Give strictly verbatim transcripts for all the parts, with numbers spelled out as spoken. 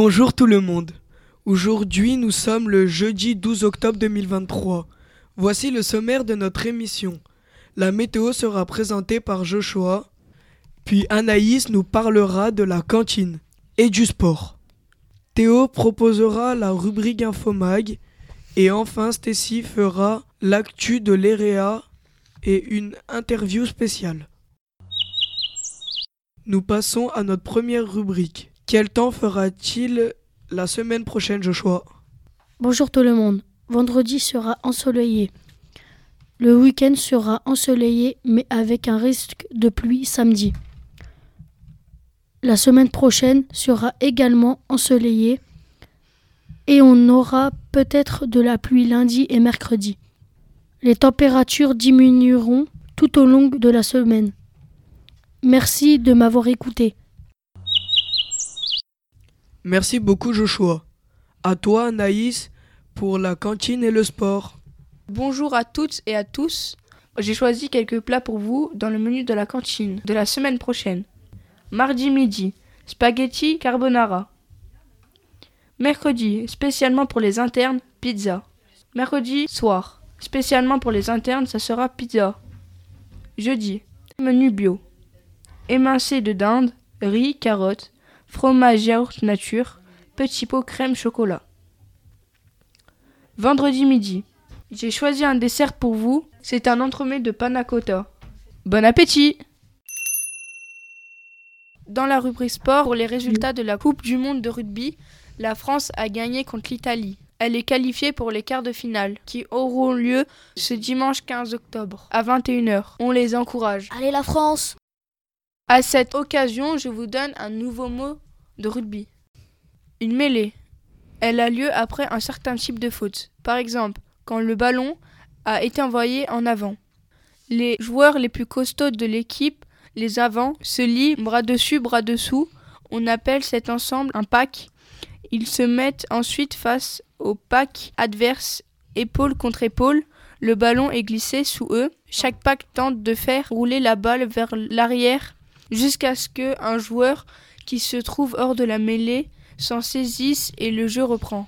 Bonjour tout le monde. Aujourd'hui, nous sommes le jeudi douze octobre deux mille vingt-trois. Voici le sommaire de notre émission. La météo sera présentée par Joshua, puis Anaïs nous parlera de la cantine et du sport. Théo proposera la rubrique Infomag et enfin Stacy fera l'actu de l'E R E A et une interview spéciale. Nous passons à notre première rubrique. Quel temps fera-t-il la semaine prochaine, Joshua? Bonjour tout le monde. Vendredi sera ensoleillé. Le week-end sera ensoleillé mais avec un risque de pluie samedi. La semaine prochaine sera également ensoleillée et on aura peut-être de la pluie lundi et mercredi. Les températures diminueront tout au long de la semaine. Merci de m'avoir écouté. Merci beaucoup Joshua. À toi Anaïs pour la cantine et le sport. Bonjour à toutes et à tous. J'ai choisi quelques plats pour vous dans le menu de la cantine de la semaine prochaine. Mardi midi, spaghetti carbonara. Mercredi, spécialement pour les internes, pizza. Mercredi soir, spécialement pour les internes, ça sera pizza. Jeudi, menu bio. Émincé de dinde, riz, carottes, fromage yaourt nature, petit pot crème chocolat. Vendredi midi, j'ai choisi un dessert pour vous, c'est un entremets de panna cotta. Bon appétit! Dans la rubrique sport, pour les résultats de la Coupe du monde de rugby, la France a gagné contre l'Italie. Elle est qualifiée pour les quarts de finale, qui auront lieu ce dimanche quinze octobre, à vingt et une heures. On les encourage. Allez la France! À cette occasion, je vous donne un nouveau mot de rugby. Une mêlée. Elle a lieu après un certain type de faute. Par exemple, quand le ballon a été envoyé en avant. Les joueurs les plus costauds de l'équipe, les avants, se lient bras dessus, bras dessous. On appelle cet ensemble un pack. Ils se mettent ensuite face au pack adverse, épaule contre épaule. Le ballon est glissé sous eux. Chaque pack tente de faire rouler la balle vers l'arrière jusqu'à ce qu'un joueur qui se trouve hors de la mêlée s'en saisisse et le jeu reprend.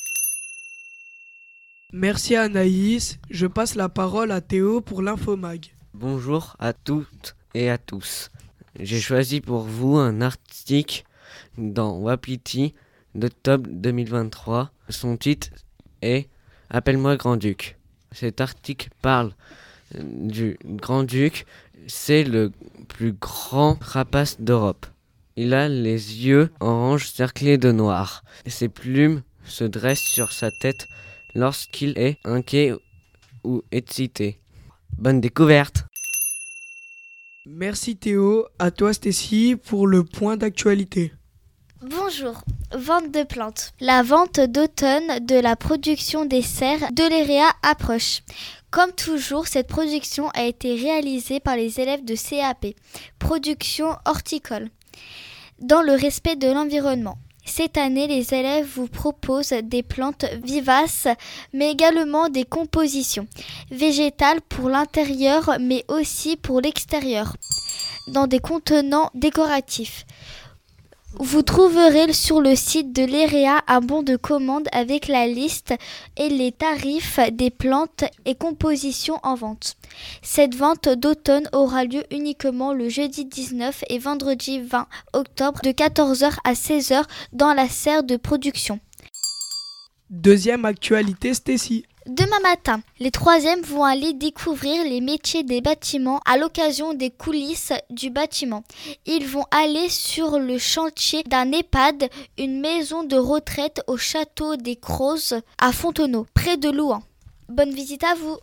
Merci Anaïs. Je passe la parole à Théo pour l'Infomag. Bonjour à toutes et à tous. J'ai choisi pour vous un article dans Wapiti d'octobre deux mille vingt-trois. Son titre est « Appelle-moi Grand-Duc ». Cet article parle du Grand-Duc. C'est le plus grand rapace d'Europe. Il a les yeux orange cerclés de noir. Ses plumes se dressent sur sa tête lorsqu'il est inquiet ou excité. Bonne découverte! Merci Théo. À toi Stacy pour le point d'actualité. Bonjour, vente de plantes. La vente d'automne de la production des serres de l'E R E A approche. Comme toujours, cette production a été réalisée par les élèves de C A P, production horticole, dans le respect de l'environnement. Cette année, les élèves vous proposent des plantes vivaces, mais également des compositions végétales pour l'intérieur, mais aussi pour l'extérieur, dans des contenants décoratifs. Vous trouverez sur le site de l'E R E A un bon de commande avec la liste et les tarifs des plantes et compositions en vente. Cette vente d'automne aura lieu uniquement le jeudi dix-neuf et vendredi vingt octobre de quatorze heures à seize heures dans la serre de production. Deuxième actualité Stacy. Demain matin, les troisièmes vont aller découvrir les métiers des bâtiments à l'occasion des coulisses du bâtiment. Ils vont aller sur le chantier d'un EHPAD, une maison de retraite au château des Crozes à Fontenay, près de Louhans. Bonne visite à vous!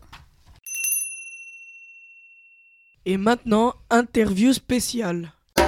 Et maintenant, interview spéciale.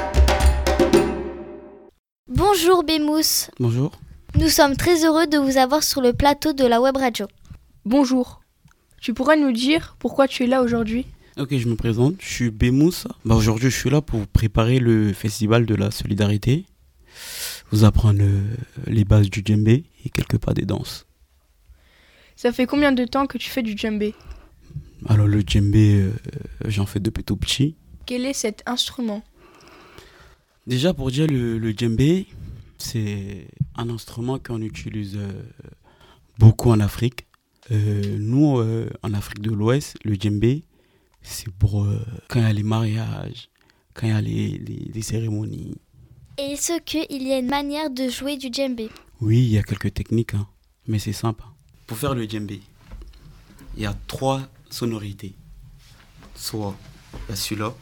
Bonjour Bémous. Bonjour. Nous sommes très heureux de vous avoir sur le plateau de la web radio. Bonjour. Tu pourrais nous dire pourquoi tu es là aujourd'hui? Ok, je me présente, je suis Bémous. Bah, aujourd'hui, je suis là pour préparer le festival de la solidarité, vous apprendre le, les bases du djembé et quelques pas des danses. Ça fait combien de temps que tu fais du djembé? Alors le djembé, euh, j'en fais depuis tout petit. Quel est cet instrument? Déjà pour dire le, le djembé, c'est un instrument qu'on utilise euh, beaucoup en Afrique. Euh, nous, euh, en Afrique de l'Ouest, le djembé, c'est pour euh, quand il y a les mariages, quand il y a les, les, les cérémonies. Et est-ce qu'il y a une manière de jouer du djembé? Oui, il y a quelques techniques, hein, mais c'est simple. Pour faire le djembé, il y a trois sonorités. Soit il y a celui-là.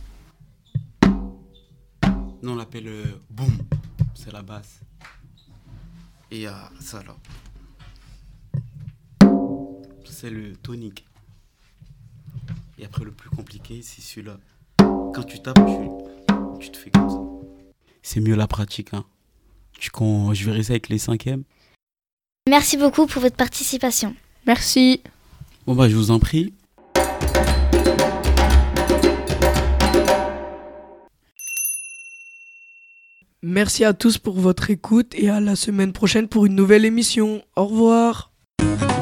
Nous, on l'appelle euh, boum, c'est la basse. Et il y a ça là. C'est le tonique. Et après, le plus compliqué, c'est celui-là. Quand tu tapes, tu, tu te fais comme ça. C'est mieux la pratique. Hein. Tu, quand, je verrai ça avec les cinquièmes. Merci beaucoup pour votre participation. Merci. Bon, bah, je vous en prie. Merci à tous pour votre écoute et à la semaine prochaine pour une nouvelle émission. Au revoir.